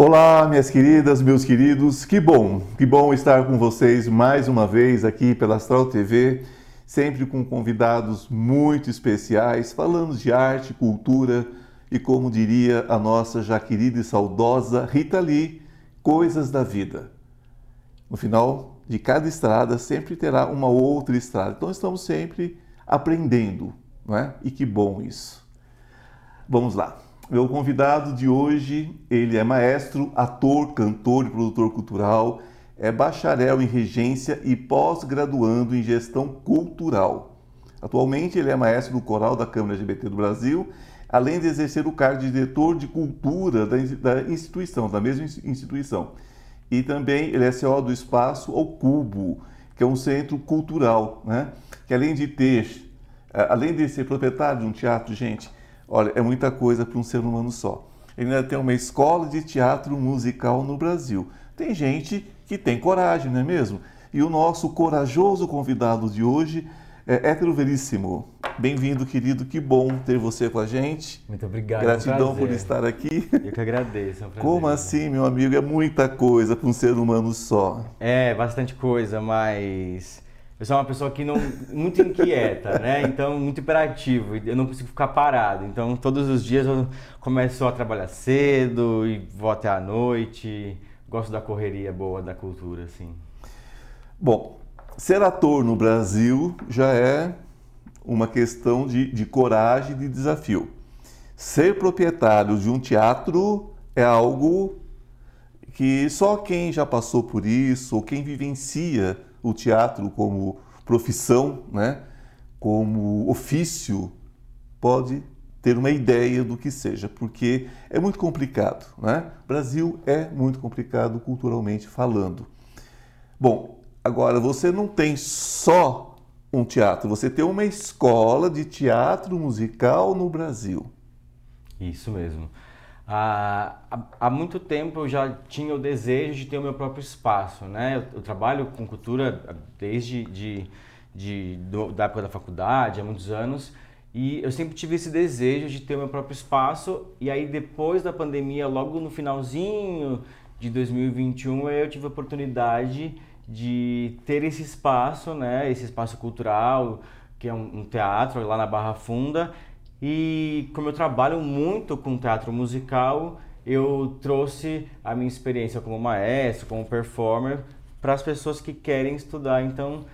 Olá, minhas queridas, meus queridos, que bom estar com vocês mais uma vez aqui pela Astral TV, sempre com convidados muito especiais, falando de arte, cultura e, como diria a nossa já querida e saudosa Rita Lee, coisas da vida. No final de cada estrada sempre terá uma outra estrada, então estamos sempre aprendendo, não é? E que bom isso. Vamos lá. Meu convidado de hoje, ele é maestro, ator, cantor e produtor cultural, é bacharel em regência e pós-graduando em gestão cultural. Atualmente ele é maestro do coral da Câmara LGBT do Brasil, além de exercer o cargo de diretor de cultura da instituição, da mesma instituição. E também ele é CEO do Espaço ao Cubo, que é um centro cultural, né? Que além de ser proprietário de um teatro, gente, olha, é muita coisa para um ser humano só. Ele ainda tem uma escola de teatro musical no Brasil. Tem gente que tem coragem, não é mesmo? E o nosso corajoso convidado de hoje é Hétero Veríssimo. Bem-vindo, querido. Que bom ter você com a gente. Muito obrigado. Gratidão por estar aqui. Eu que agradeço. É um prazer. Como assim, meu amigo? É muita coisa para um ser humano só. É, bastante coisa, mas eu sou uma pessoa que não muito inquieta, né? Então, muito hiperativo. Eu não consigo ficar parado. Então, todos os dias eu começo a trabalhar cedo e vou até a noite. Gosto da correria boa da cultura, assim. Bom, ser ator no Brasil já é uma questão de coragem e de desafio. Ser proprietário de um teatro é algo que só quem já passou por isso, ou quem vivencia o teatro como profissão, né, como ofício, pode ter uma ideia do que seja, porque é muito complicado, né? O Brasil é muito complicado culturalmente falando. Bom, agora você não tem só um teatro, você tem uma escola de teatro musical no Brasil. Isso mesmo. Há muito tempo eu já tinha o desejo de ter o meu próprio espaço, né? Eu trabalho com cultura desde da época da faculdade, há muitos anos, e eu sempre tive esse desejo de ter o meu próprio espaço, e aí depois da pandemia, logo no finalzinho de 2021, eu tive a oportunidade de ter esse espaço, né? Esse espaço cultural, que é um teatro lá na Barra Funda. E como eu trabalho muito com teatro musical, eu trouxe a minha experiência como maestro, como performer, para as pessoas que querem estudar. Então,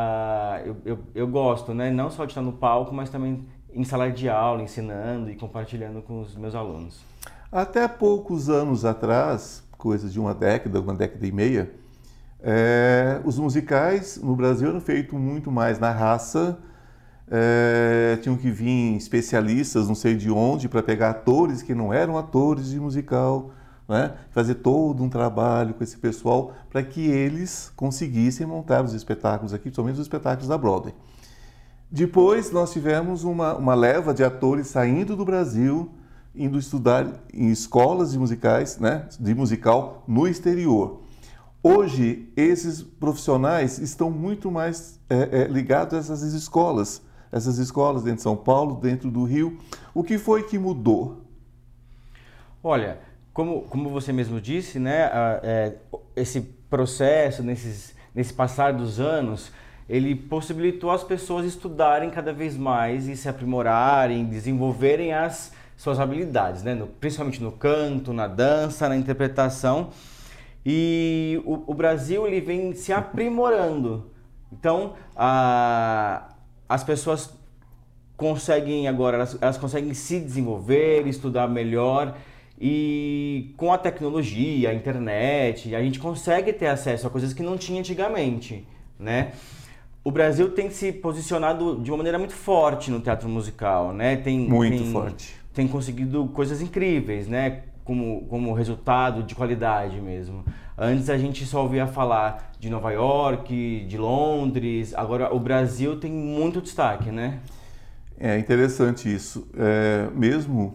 eu gosto, né? Não só de estar no palco, mas também em sala de aula, ensinando e compartilhando com os meus alunos. Até poucos anos atrás, coisas de uma década e meia, os musicais no Brasil eram feitos muito mais na raça. Tinham que vir especialistas, não sei de onde, para pegar atores que não eram atores de musical, né? Fazer todo um trabalho com esse pessoal para que eles conseguissem montar os espetáculos aqui, principalmente os espetáculos da Broadway. Depois nós tivemos uma leva de atores saindo do Brasil, indo estudar em escolas de musicais, né? De musical no exterior. Hoje, esses profissionais estão muito mais ligados a essas escolas dentro de São Paulo, dentro do Rio. O que foi que mudou? Olha, como você mesmo disse, né, esse processo, nesse passar dos anos, ele possibilitou as pessoas estudarem cada vez mais e se aprimorarem, desenvolverem as suas habilidades, né, principalmente no canto, na dança, na interpretação. E o Brasil ele vem se aprimorando. Então, as pessoas conseguem agora, elas conseguem se desenvolver, estudar melhor, e com a tecnologia, a internet, a gente consegue ter acesso a coisas que não tinha antigamente, né? O Brasil tem se posicionado de uma maneira muito forte no teatro musical, né? Forte. Tem conseguido coisas incríveis, né? Como resultado de qualidade mesmo. Antes a gente só ouvia falar de Nova York, de Londres, agora o Brasil tem muito destaque, né? É interessante isso. Mesmo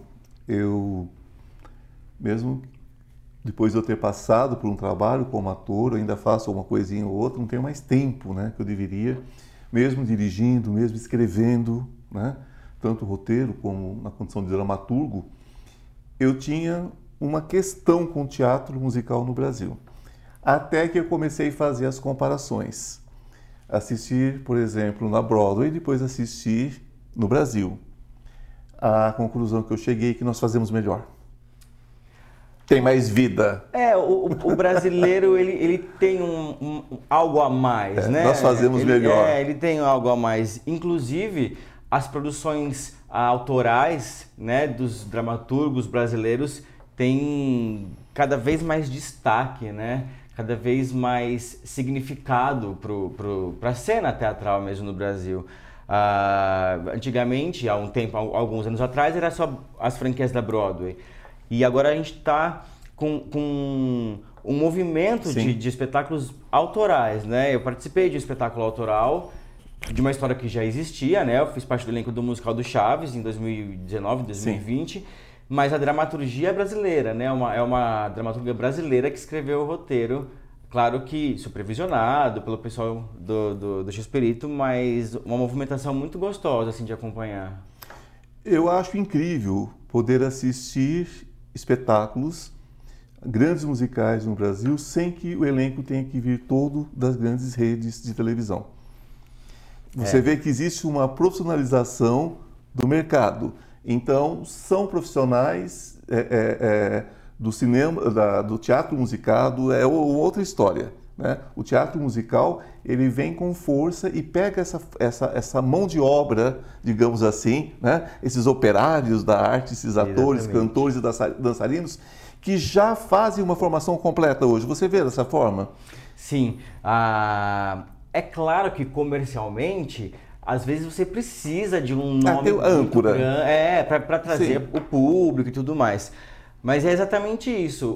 depois de eu ter passado por um trabalho como ator, eu ainda faço uma coisinha ou outra, não tenho mais tempo, né, que eu deveria, mesmo dirigindo, mesmo escrevendo, né, tanto roteiro como na condição de dramaturgo, eu tinha uma questão com o teatro musical no Brasil. Até que eu comecei a fazer as comparações. Assistir, por exemplo, na Broadway e depois assistir no Brasil. A conclusão que eu cheguei é que nós fazemos melhor. Tem mais vida. O brasileiro, ele tem algo a mais, né? Nós fazemos melhor. Ele tem algo a mais. Inclusive, as produções autorais, né, dos dramaturgos brasileiros têm cada vez mais destaque, né? Cada vez mais significado para a cena teatral mesmo no Brasil. Antigamente, há alguns anos atrás, era só as franquias da Broadway. E agora a gente está com um movimento de espetáculos autorais, né? Eu participei de um espetáculo autoral de uma história que já existia, né? Eu fiz parte do elenco do musical do Chaves em 2019, 2020. Sim. Mas a dramaturgia é brasileira, né? É uma dramaturga brasileira que escreveu o roteiro, claro que supervisionado pelo pessoal do X-Perito, mas uma movimentação muito gostosa assim, de acompanhar. Eu acho incrível poder assistir espetáculos, grandes musicais no Brasil, sem que o elenco tenha que vir todo das grandes redes de televisão. Você vê que existe uma profissionalização do mercado. Então, são profissionais do cinema, do teatro musicado, é outra história, né? O teatro musical, ele vem com força e pega essa mão de obra, digamos assim, né? Esses operários da arte, esses atores, exatamente, cantores e dançarinos, que já fazem uma formação completa hoje. Você vê dessa forma? Sim. É claro que comercialmente, às vezes você precisa de um nome âncora para trazer o público e tudo mais. Mas é exatamente isso.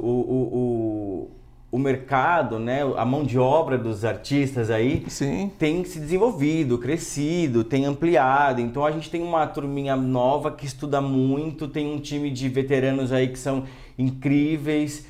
O mercado, né, a mão de obra dos artistas aí tem se desenvolvido, crescido, tem ampliado. Então a gente tem uma turminha nova que estuda muito, tem um time de veteranos aí que são incríveis,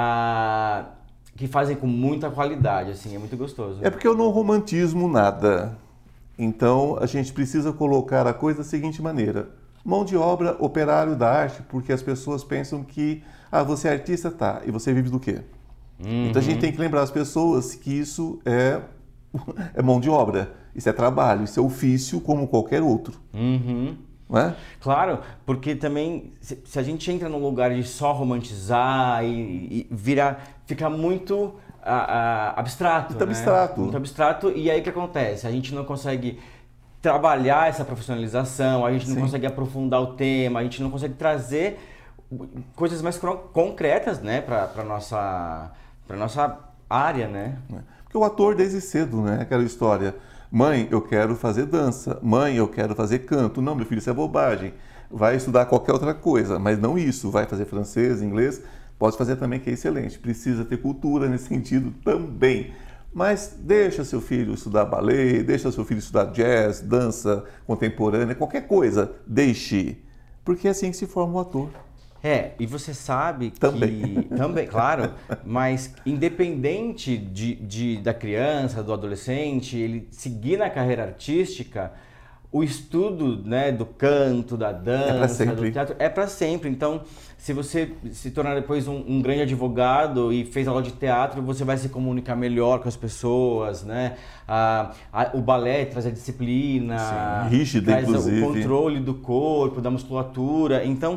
que fazem com muita qualidade, assim, é muito gostoso. É porque eu não romantismo nada. Então a gente precisa colocar a coisa da seguinte maneira: mão de obra, operário da arte, porque as pessoas pensam que você é artista, tá, e você vive do quê? Então a gente tem que lembrar as pessoas que isso é mão de obra, isso é trabalho, isso é ofício como qualquer outro. Não é? Claro, porque também se a gente entra num lugar de só romantizar e fica muito abstrato. Muito abstrato. Muito abstrato, e aí o que acontece? A gente não consegue trabalhar essa profissionalização, a gente não consegue aprofundar o tema, a gente não consegue trazer coisas mais concretas, né, para nossa área, né? Porque o ator desde cedo, né, aquela história: mãe, eu quero fazer dança, mãe, eu quero fazer canto. Não, meu filho, isso é bobagem. Vai estudar qualquer outra coisa, mas não isso. Vai fazer francês, inglês, pode fazer também, que é excelente. Precisa ter cultura nesse sentido também. Mas deixa seu filho estudar ballet, deixa seu filho estudar jazz, dança contemporânea, qualquer coisa, deixe. Porque é assim que se forma o ator. E você sabe que... Também, claro, mas independente da criança, do adolescente, ele seguir na carreira artística, o estudo, né, do canto, da dança, do teatro, é para sempre. Então, se você se tornar depois um grande advogado e fez aula de teatro, você vai se comunicar melhor com as pessoas, né? O balé traz a disciplina, rígida, traz inclusive, o controle do corpo, da musculatura. Então,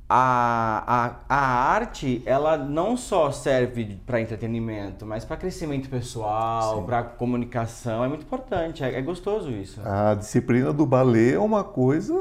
a arte, ela não só serve para entretenimento, mas para crescimento pessoal, para comunicação. É muito importante, é gostoso isso. A disciplina do balé é uma coisa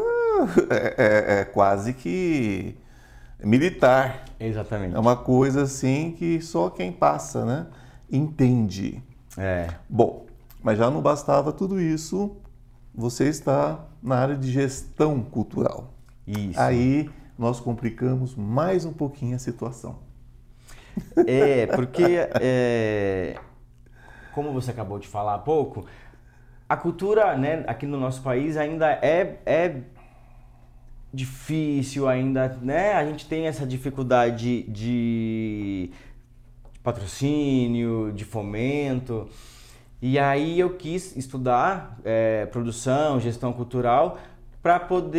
quase que militar. Exatamente. É uma coisa assim que só quem passa, né, entende. Bom, mas já não bastava tudo isso, você está na área de gestão cultural. Isso. Aí nós complicamos mais um pouquinho a situação. Porque, como você acabou de falar há pouco, a cultura, né, aqui no nosso país ainda é difícil, ainda, né, a gente tem essa dificuldade de patrocínio, de fomento. E aí eu quis estudar produção, gestão cultural, para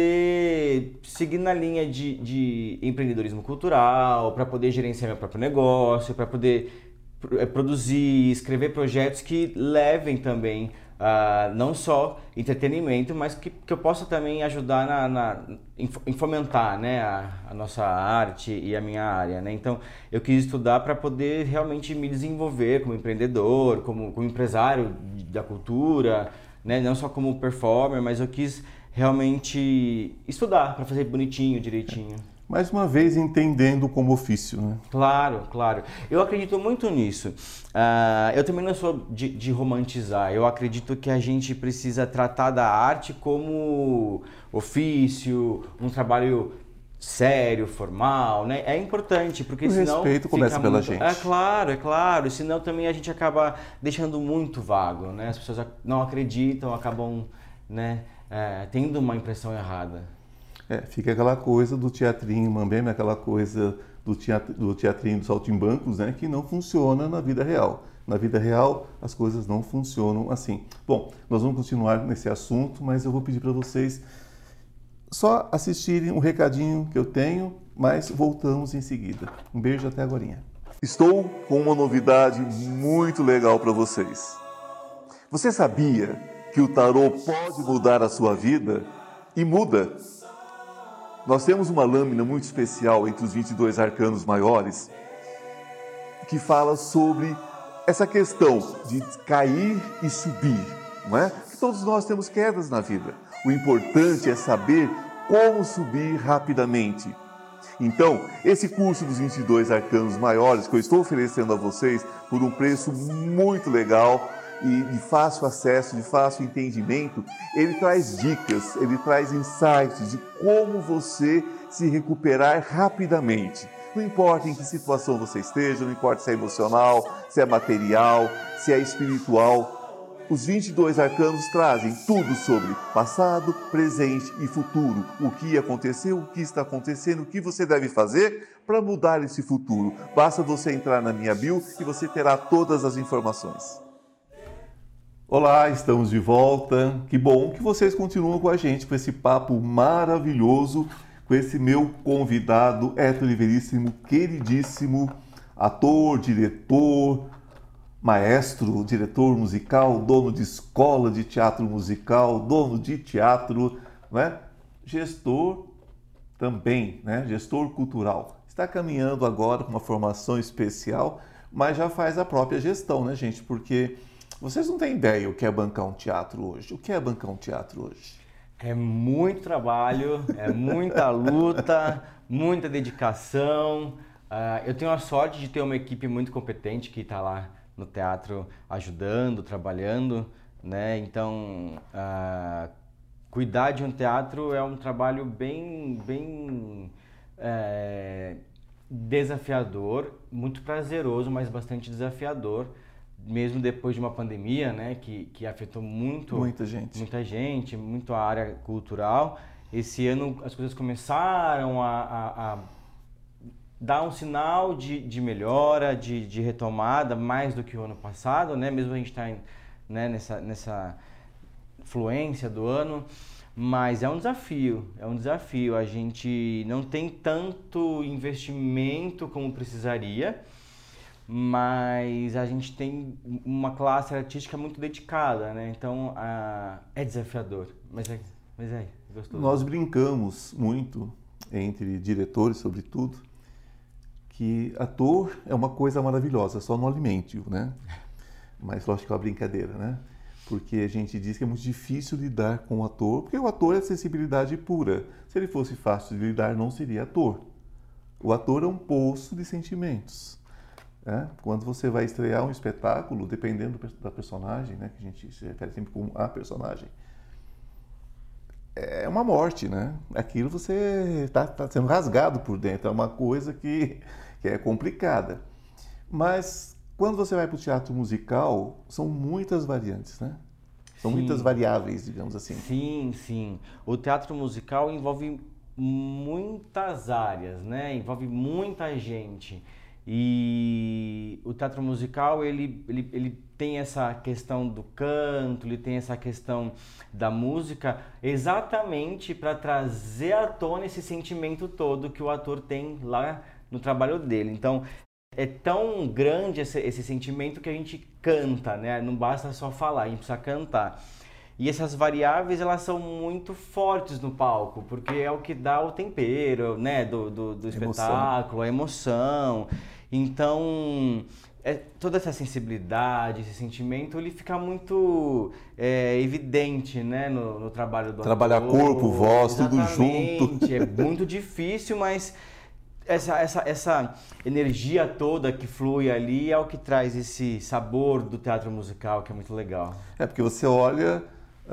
poder seguir na linha de empreendedorismo cultural, para poder gerenciar meu próprio negócio, para poder produzir, escrever projetos que levem também não só entretenimento, mas que eu possa também ajudar em fomentar, né, a nossa arte e a minha área, né? Então, eu quis estudar para poder realmente me desenvolver como empreendedor, como empresário da cultura, né? Não só como performer, mas eu quis realmente estudar para fazer bonitinho, direitinho. Mais uma vez, entendendo como ofício, né? Claro, claro. Eu acredito muito nisso. Eu também não sou de romantizar. Eu acredito que a gente precisa tratar da arte como ofício, um trabalho sério, formal, né? É importante, porque O senão respeito começa fica pela muito... gente. É claro. Senão também a gente acaba deixando muito vago, né? As pessoas não acreditam, acabam, né, tendo uma impressão errada. Fica aquela coisa do teatrinho mambembe, aquela coisa do teatrinho dos saltimbancos, né, que não funciona na vida real. Na vida real, as coisas não funcionam assim. Bom, nós vamos continuar nesse assunto, mas eu vou pedir para vocês só assistirem um recadinho que eu tenho, mas voltamos em seguida. Um beijo, até agorinha. Estou com uma novidade muito legal para vocês. Você sabia que o tarô pode mudar a sua vida? E muda! Nós temos uma lâmina muito especial entre os 22 arcanos maiores que fala sobre essa questão de cair e subir, não é? Que todos nós temos quedas na vida. O importante é saber como subir rapidamente. Então, esse curso dos 22 arcanos maiores que eu estou oferecendo a vocês por um preço muito legal e de fácil acesso, de fácil entendimento, ele traz dicas, ele traz insights de como você se recuperar rapidamente. Não importa em que situação você esteja, não importa se é emocional, se é material, se é espiritual. Os 22 arcanos trazem tudo sobre passado, presente e futuro. O que aconteceu, o que está acontecendo, o que você deve fazer para mudar esse futuro. Basta você entrar na minha bio e você terá todas as informações. Olá, estamos de volta. Que bom que vocês continuam com a gente, com esse papo maravilhoso, com esse meu convidado, Héctor Veríssimo, queridíssimo, ator, diretor, maestro, diretor musical, dono de escola de teatro musical, dono de teatro, né? Gestor também, né? Gestor cultural. Está caminhando agora com uma formação especial, mas já faz a própria gestão, né, gente? Porque vocês não têm ideia o que é bancar um teatro hoje. O que é bancar um teatro hoje? É muito trabalho, é muita luta, muita dedicação. Eu tenho a sorte de ter uma equipe muito competente que está lá no teatro ajudando, trabalhando, né? Então, cuidar de um teatro é um trabalho bem desafiador, muito prazeroso, mas bastante desafiador. Mesmo depois de uma pandemia, né, que afetou muita gente, muito a área cultural. Esse ano as coisas começaram a dar um sinal de melhora, de retomada, mais do que o ano passado, né, mesmo a gente está, né, nessa fluência do ano, mas é um desafio. A gente não tem tanto investimento como precisaria, mas a gente tem uma classe artística muito dedicada, né? Então é desafiador, mas é gostoso. Nós brincamos muito entre diretores, sobretudo, que ator é uma coisa maravilhosa, só não alimente-o, né? Mas lógico que é uma brincadeira, né? Porque a gente diz que é muito difícil lidar com o ator, porque o ator é sensibilidade pura. Se ele fosse fácil de lidar, não seria ator. O ator é um poço de sentimentos. Quando você vai estrear um espetáculo, dependendo da personagem, né, que a gente se refere sempre como a personagem, é uma morte, né? Aquilo você está sendo rasgado por dentro, é uma coisa que é complicada. Mas quando você vai para o teatro musical, são muitas variantes, né? São muitas variáveis, digamos assim. Sim. O teatro musical envolve muitas áreas, né? Envolve muita gente. E o teatro musical, ele tem essa questão do canto, ele tem essa questão da música, exatamente para trazer à tona esse sentimento todo que o ator tem lá no trabalho dele. Então, é tão grande esse sentimento que a gente canta, né? Não basta só falar, a gente precisa cantar. E essas variáveis, elas são muito fortes no palco, porque é o que dá o tempero, né, do espetáculo, a emoção. Então, toda essa sensibilidade, esse sentimento, ele fica muito evidente, né, no trabalho do Trabalhar ator. corpo, voz, tudo junto. É muito difícil, mas essa energia toda que flui ali é o que traz esse sabor do teatro musical, que é muito legal. É porque você olha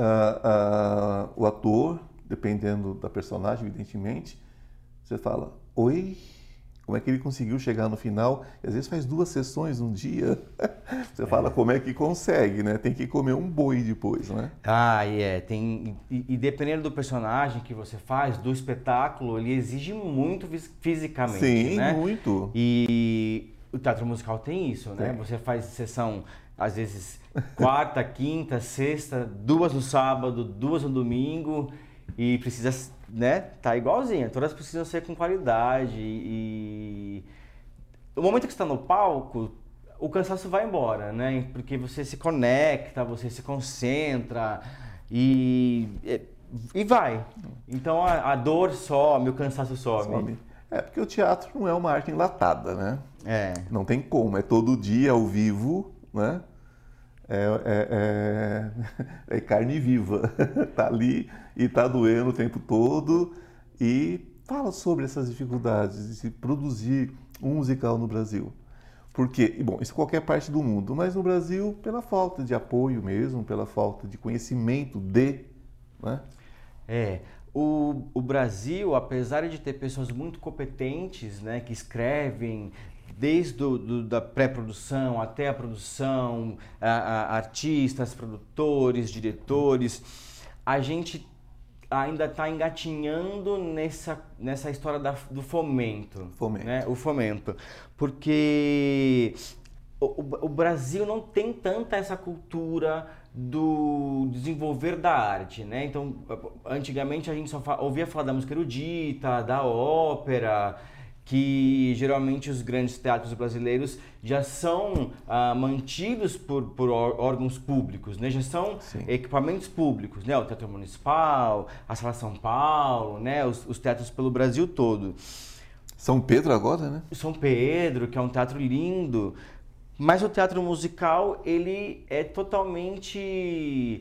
o ator, dependendo da personagem, evidentemente, você fala, oi, como é que ele conseguiu chegar no final? E às vezes faz 2 sessões num dia. Você fala, como é que consegue, né? Tem que comer um boi depois, né? E dependendo do personagem que você faz, do espetáculo, ele exige muito fisicamente, Sim, né? muito. E o teatro musical tem isso, né? Tem. Você faz sessão, às vezes, quarta, quinta, sexta, 2 no sábado, 2 no domingo, e precisa, né, tá igualzinho. Todas precisam ser com qualidade. E o momento que você está no palco, o cansaço vai embora, né? Porque você se conecta, você se concentra e vai. Então a dor some, o cansaço some. É porque o teatro não é uma arte enlatada, né? É. Não tem como, é todo dia ao vivo, né? É carne viva, tá ali e tá doendo o tempo todo. E fala sobre essas dificuldades de se produzir um musical no Brasil. Porque, bom, isso em qualquer parte do mundo, mas no Brasil pela falta de apoio mesmo, pela falta de conhecimento né? O Brasil, apesar de ter pessoas muito competentes, né, que escrevem desde da pré-produção até a produção, artistas, produtores, diretores, a gente ainda está engatinhando nessa história do fomento. Né? O fomento. Porque o Brasil não tem tanta essa cultura do desenvolver da arte, né? Então, antigamente a gente só ouvia falar da música erudita, da ópera, que geralmente os grandes teatros brasileiros já são mantidos por órgãos públicos, né? Já são equipamentos públicos, né? O Teatro Municipal, a Sala São Paulo, né? Os teatros pelo Brasil todo. São Pedro agora, né? São Pedro, que é um teatro lindo. Mas o teatro musical, ele é totalmente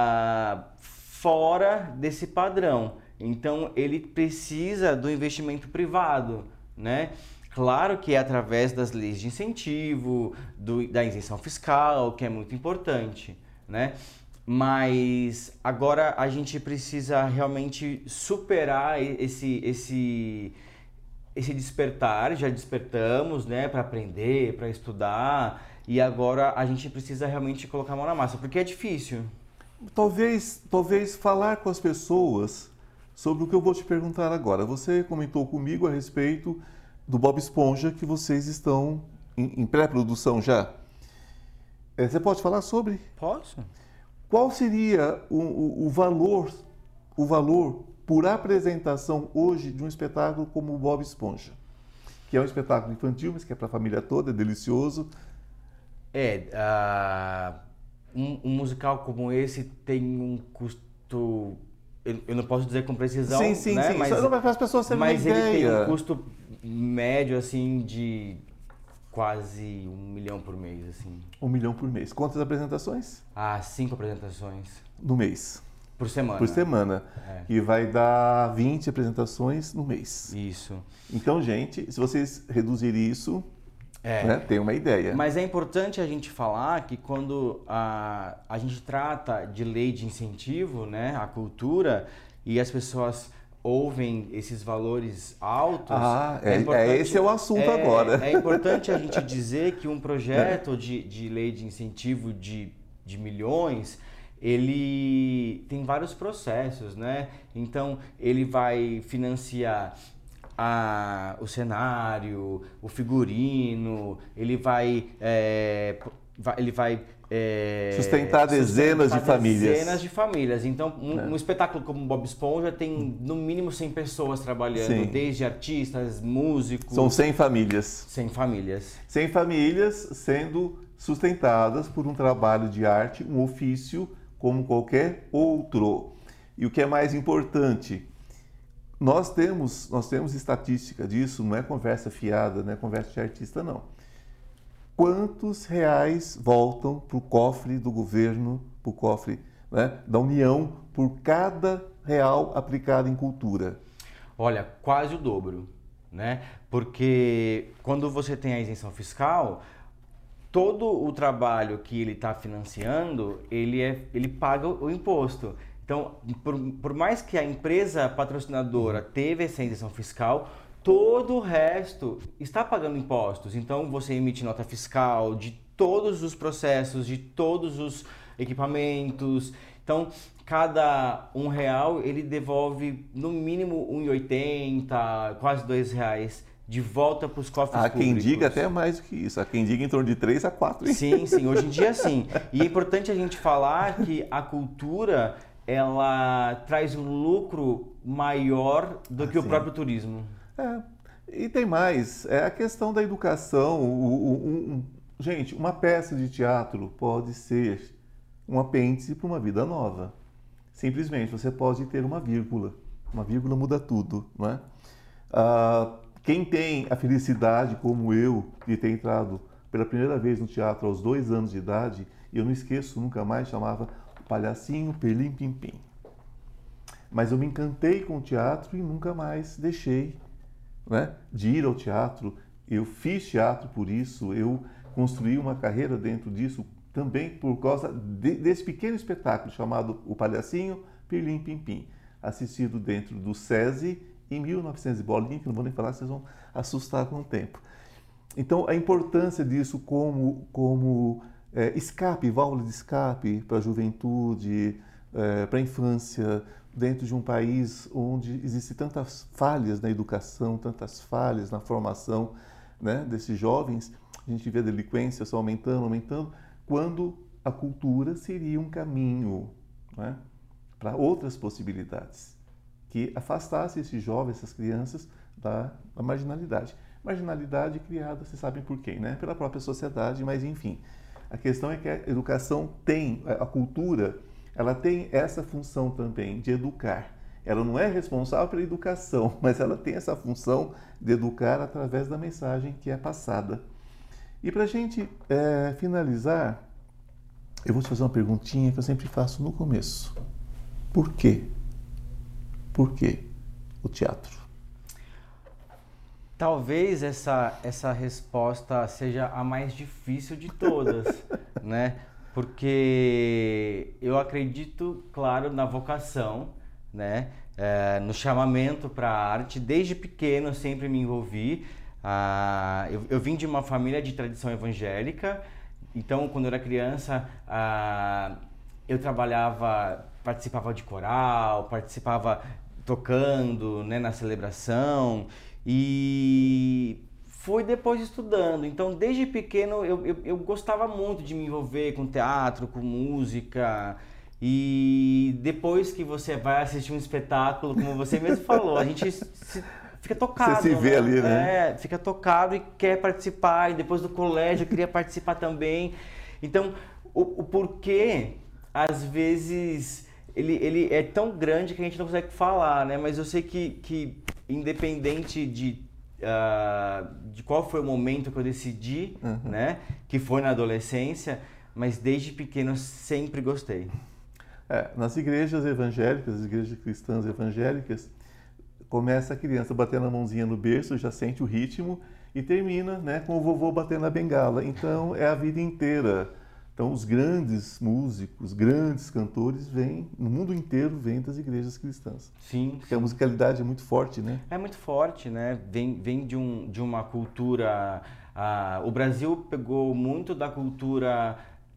fora desse padrão. Então, ele precisa do investimento privado, né? Claro que é através das leis de incentivo, da isenção fiscal, que é muito importante, né? Mas agora a gente precisa realmente superar esse despertar. Já despertamos, né, para aprender, para estudar, e agora a gente precisa realmente colocar a mão na massa, porque é difícil. Talvez falar com as pessoas sobre o que eu vou te perguntar agora. Você comentou comigo a respeito do Bob Esponja, que vocês estão em pré-produção já. Você pode falar sobre? Posso. Qual seria o valor por apresentação hoje de um espetáculo como o Bob Esponja? Que é um espetáculo infantil, mas que é para a família toda, é delicioso. Um musical como esse tem um custo... Eu não posso dizer com precisão, sim, né? Mas para as pessoas terem uma ideia. Mas ele tem um custo médio, assim, de quase R$1 milhão por mês, assim. R$1 milhão por mês. Quantas apresentações? 5 apresentações. No mês? Por semana. Por semana. E vai dar 20 apresentações no mês. Isso. Então, gente, se vocês reduzirem isso, né, tem uma ideia. Mas é importante a gente falar que quando a gente trata de lei de incentivo, né, à cultura, e as pessoas ouvem esses valores altos... esse é o assunto agora. É importante a gente dizer que um projeto de lei de incentivo de milhões... ele tem vários processos, né? Então, ele vai financiar o cenário, o figurino, ele vai sustentar dezenas de famílias. Dezenas de famílias. Então, um espetáculo como Bob Esponja tem no mínimo 100 pessoas trabalhando, Sim. desde artistas, músicos. São 100 famílias. 100 famílias. 100 famílias sendo sustentadas por um trabalho de arte, um ofício como qualquer outro. E o que é mais importante, nós temos estatística disso, não é conversa fiada, não é conversa de artista, não. Quantos reais voltam para o cofre do governo, para o cofre, né, da União, por cada real aplicado em cultura? Olha, quase o dobro, né? Porque quando você tem a isenção fiscal, todo o trabalho que ele está financiando, ele paga o imposto. Então, por mais que a empresa patrocinadora teve essa isenção fiscal, todo o resto está pagando impostos. Então, você emite nota fiscal de todos os processos, de todos os equipamentos. Então, cada R$1, ele devolve no mínimo R$1,80, quase R$2 de volta para os cofres públicos. Há quem diga até mais do que isso. Há quem diga em torno de 3 a 4. Hein? Sim, sim. Hoje em dia, sim. E é importante a gente falar que a cultura, ela traz um lucro maior do que o próprio turismo. E tem mais, é a questão da educação. Gente, uma peça de teatro pode ser um apêndice para uma vida nova. Simplesmente, você pode ter uma vírgula muda tudo, não é? Quem tem a felicidade, como eu, de ter entrado pela primeira vez no teatro aos 2 anos de idade, e eu não esqueço nunca mais, chamava o Palhacinho Perlim Pim Pim. Mas eu me encantei com o teatro e nunca mais deixei, né, de ir ao teatro. Eu fiz teatro por isso, eu construí uma carreira dentro disso também por causa desse pequeno espetáculo chamado O Palhacinho Pirlim Pim Pim, assistido dentro do SESI em 1900 e bolinha, que não vou nem falar, vocês vão assustar com o tempo. Então, a importância disso como escape, válvula de escape para a juventude, para a infância, dentro de um país onde existem tantas falhas na educação, tantas falhas na formação, né, desses jovens, a gente vê a delinquência só aumentando, quando a cultura seria um caminho, né, para outras possibilidades, que afastasse esses jovens, essas crianças, da marginalidade. Marginalidade criada, vocês sabem por quem, né? Pela própria sociedade, mas enfim. A questão é que a educação tem, a cultura, ela tem essa função também de educar. Ela não é responsável pela educação, mas ela tem essa função de educar através da mensagem que é passada. E para a gente finalizar, eu vou te fazer uma perguntinha que eu sempre faço no começo. Por quê? Por que o teatro? Talvez essa resposta seja a mais difícil de todas, né? Porque eu acredito, claro, na vocação, né? No chamamento para a arte. Desde pequeno eu sempre me envolvi. Eu vim de uma família de tradição evangélica, então quando eu era criança eu participava de coral, participava tocando, né, na celebração, e fui depois estudando. Então desde pequeno eu gostava muito de me envolver com teatro, com música. E depois que você vai assistir um espetáculo, como você mesmo falou, a gente fica tocado. Você se vê, né, ali, né? Fica tocado e quer participar. E depois do colégio eu queria participar também. Então, o porquê, às vezes, ele é tão grande que a gente não consegue falar, né? Mas eu sei que independente de qual foi o momento que eu decidi, né? Que foi na adolescência, mas desde pequeno eu sempre gostei. Nas igrejas evangélicas, as igrejas cristãs evangélicas, começa a criança batendo a mãozinha no berço, já sente o ritmo e termina, né, com o vovô batendo a bengala. Então é a vida inteira. Então os grandes músicos, grandes cantores no mundo inteiro vêm das igrejas cristãs. Sim. Porque a musicalidade é muito forte, né? É muito forte, né? Vem de uma cultura... o Brasil pegou muito da cultura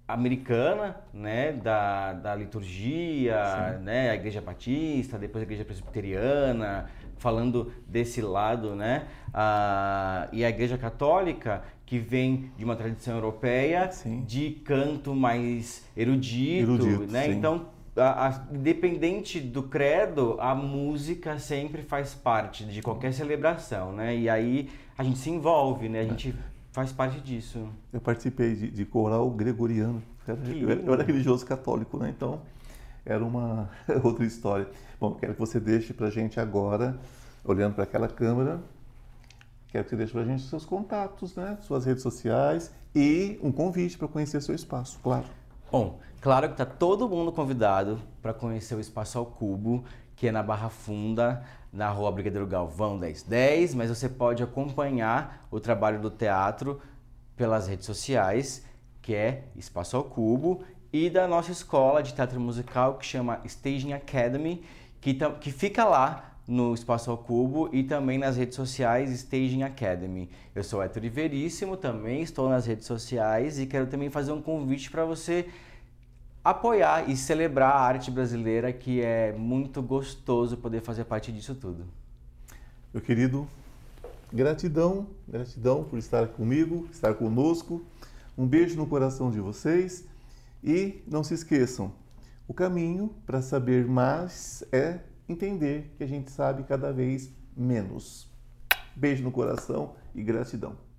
americana, né, da liturgia, Sim. né, a Igreja Batista, depois a Igreja Presbiteriana, falando desse lado, né, e a Igreja Católica, que vem de uma tradição europeia, Sim. de canto mais erudito, Erudito, né, sim. então, independente do credo, a música sempre faz parte de qualquer celebração, né, e aí a gente se envolve, né, a gente faz parte disso. Eu participei de coral gregoriano. Eu era religioso católico, né? Então era uma outra história. Bom, quero que você deixe para a gente agora, olhando para aquela câmera, quero que você deixe para a gente os seus contatos, né? Suas redes sociais e um convite para conhecer seu espaço, claro. Bom, claro que está todo mundo convidado para conhecer o Espaço ao Cubo, que é na Barra Funda, na Rua Brigadeiro Galvão 1010, mas você pode acompanhar o trabalho do teatro pelas redes sociais, que é Espaço ao Cubo, e da nossa escola de teatro musical, que chama Staging Academy, que fica lá no Espaço ao Cubo e também nas redes sociais Staging Academy. Eu sou Héctor Veríssimo, também estou nas redes sociais e quero também fazer um convite para você apoiar e celebrar a arte brasileira, que é muito gostoso poder fazer parte disso tudo. Meu querido, gratidão, gratidão por estar comigo, estar conosco. Um beijo no coração de vocês e não se esqueçam, o caminho para saber mais é entender que a gente sabe cada vez menos. Beijo no coração e gratidão.